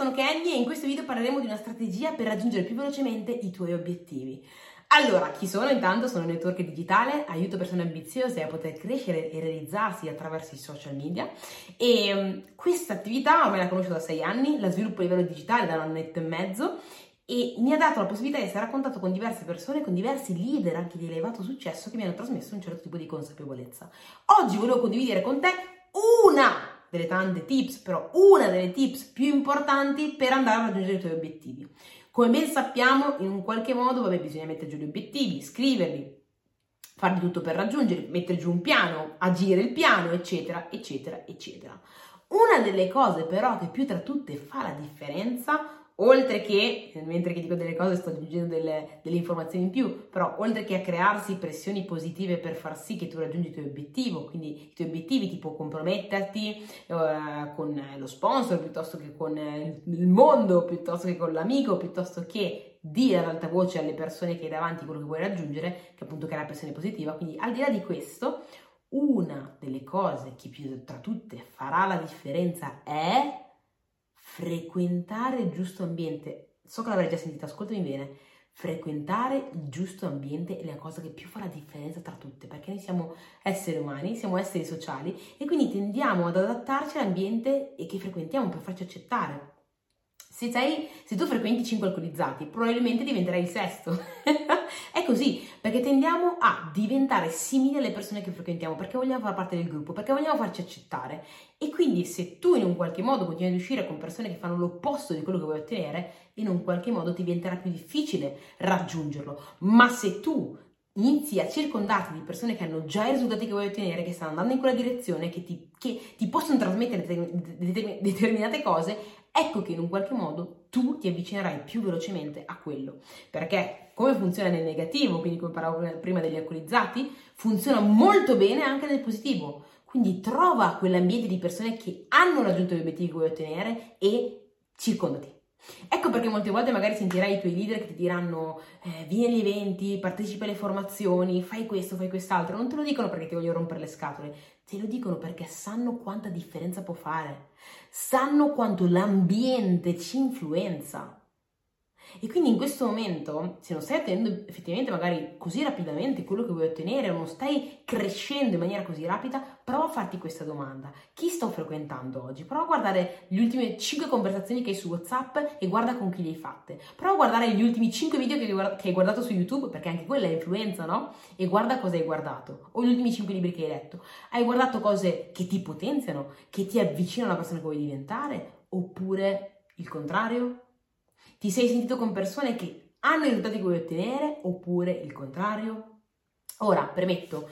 sono Kenny e in questo video parleremo di una strategia per raggiungere più velocemente i tuoi obiettivi. Allora, chi sono? Intanto sono un network digitale, aiuto persone ambiziose a poter crescere e realizzarsi attraverso i social media e questa attività ormai la conosco da 6 anni, la sviluppo a livello digitale da 1 annetto e mezzo e mi ha dato la possibilità di essere a contatto con diverse persone, con diversi leader anche di elevato successo che mi hanno trasmesso un certo tipo di consapevolezza. Oggi volevo condividere con te una delle tante tips, però una delle tips più importanti per andare a raggiungere i tuoi obiettivi. Come ben sappiamo, in un qualche modo, bisogna mettere giù gli obiettivi, scriverli, fare di tutto per raggiungerli, mettere giù un piano, agire il piano, eccetera, eccetera, eccetera. Una delle cose però che più tra tutte fa la differenza, oltre che, mentre che dico delle cose sto aggiungendo delle informazioni in più, però oltre che a crearsi pressioni positive per far sì che tu raggiungi il tuo obiettivo, quindi i tuoi obiettivi tipo comprometterti con lo sponsor, piuttosto che con il mondo, piuttosto che con l'amico, piuttosto che dire ad alta voce alle persone che hai davanti quello che vuoi raggiungere, che appunto crea pressione positiva. Quindi al di là di questo, una delle cose che più tra tutte farà la differenza è frequentare il giusto ambiente. So che l'avrei già sentito, ascoltami bene. Frequentare il giusto ambiente è la cosa che più fa la differenza tra tutte, perché noi siamo esseri umani, siamo esseri sociali e quindi tendiamo ad adattarci all'ambiente che frequentiamo per farci accettare. Se tu frequenti 5 alcolizzati, probabilmente diventerai il sesto. È così, perché tendiamo a diventare simili alle persone che frequentiamo, perché vogliamo far parte del gruppo, perché vogliamo farci accettare. E quindi se tu in un qualche modo continui ad uscire con persone che fanno l'opposto di quello che vuoi ottenere, in un qualche modo ti diventerà più difficile raggiungerlo. Ma se tu inizi a circondarti di persone che hanno già i risultati che vuoi ottenere, che stanno andando in quella direzione, che ti possono trasmettere determinate cose, ecco che in un qualche modo tu ti avvicinerai più velocemente a quello. Perché come funziona nel negativo, quindi come parlavo prima degli alcolizzati, funziona molto bene anche nel positivo. Quindi trova quell'ambiente di persone che hanno raggiunto gli obiettivi che vuoi ottenere e circondati. Ecco perché molte volte magari sentirai i tuoi leader che ti diranno vieni agli eventi, partecipa alle formazioni, fai questo, fai quest'altro. Non te lo dicono perché ti vogliono rompere le scatole, te lo dicono perché sanno quanta differenza può fare, sanno quanto l'ambiente ci influenza. E quindi in questo momento, se non stai ottenendo effettivamente magari così rapidamente quello che vuoi ottenere o non stai crescendo in maniera così rapida, prova a farti questa domanda. Chi sto frequentando oggi? Prova a guardare le ultime 5 conversazioni che hai su WhatsApp e guarda con chi le hai fatte. Prova a guardare gli ultimi 5 video che hai guardato su YouTube, perché anche quella è influenza, no? E guarda cosa hai guardato. O gli ultimi 5 libri che hai letto. Hai guardato cose che ti potenziano, che ti avvicinano alla persona che vuoi diventare? Oppure il contrario? Ti sei sentito con persone che hanno i risultati che vuoi ottenere oppure il contrario? Ora, premetto,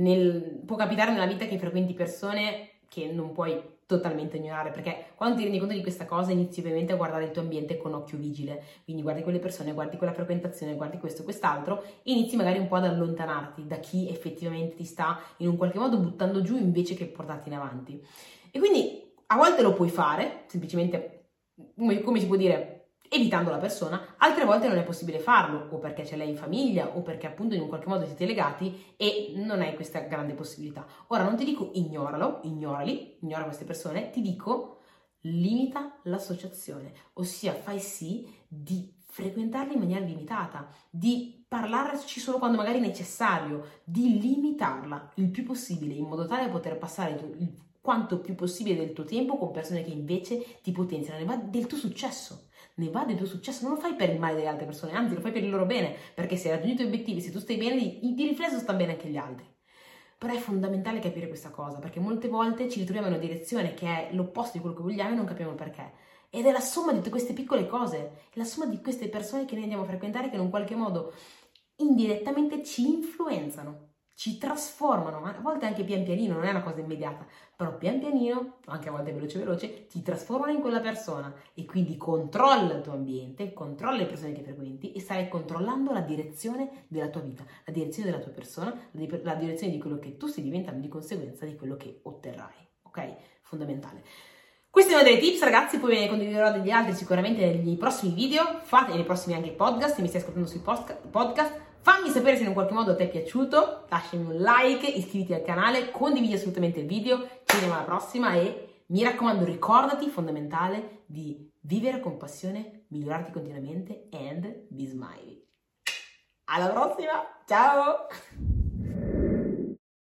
può capitare nella vita che frequenti persone che non puoi totalmente ignorare, perché quando ti rendi conto di questa cosa inizi ovviamente a guardare il tuo ambiente con occhio vigile, quindi guardi quelle persone, guardi quella frequentazione, guardi questo, quest'altro e inizi magari un po' ad allontanarti da chi effettivamente ti sta in un qualche modo buttando giù invece che portarti in avanti. E quindi a volte lo puoi fare, semplicemente, come si può dire, evitando la persona, altre volte non è possibile farlo, o perché ce l'hai in famiglia, o perché appunto in un qualche modo siete legati e non hai questa grande possibilità. Ora non ti dico ignora queste persone, ti dico limita l'associazione, ossia fai sì di frequentarli in maniera limitata, di parlarci solo quando magari è necessario, di limitarla il più possibile in modo tale da poter passare il quanto più possibile del tuo tempo con persone che invece ti potenziano, ne va del tuo successo. Non lo fai per il male delle altre persone, anzi lo fai per il loro bene, perché se hai raggiunto i tuoi obiettivi, se tu stai bene, di riflesso stanno bene anche gli altri. Però è fondamentale capire questa cosa, perché molte volte ci ritroviamo in una direzione che è l'opposto di quello che vogliamo e non capiamo il perché. Ed è la somma di tutte queste piccole cose, è la somma di queste persone che noi andiamo a frequentare che in un qualche modo indirettamente ci influenzano, ci trasformano, ma a volte anche pian pianino, non è una cosa immediata, però pian pianino, anche a volte veloce, ti trasformano in quella persona e quindi controlla il tuo ambiente, controlla le persone che frequenti e stai controllando la direzione della tua vita, la direzione della tua persona, la direzione di quello che tu stai diventando, di conseguenza di quello che otterrai, ok? Fondamentale. Queste sono delle tips, ragazzi, poi ve ne condividerò degli altri sicuramente nei prossimi video, nei prossimi anche podcast, se mi stai ascoltando sui podcast. Fammi sapere se in un qualche modo ti è piaciuto, lasciami un like, iscriviti al canale, condividi assolutamente il video, ci vediamo alla prossima e Mi raccomando, ricordati, fondamentale, di vivere con passione, migliorarti continuamente and be smiley. Alla prossima, ciao!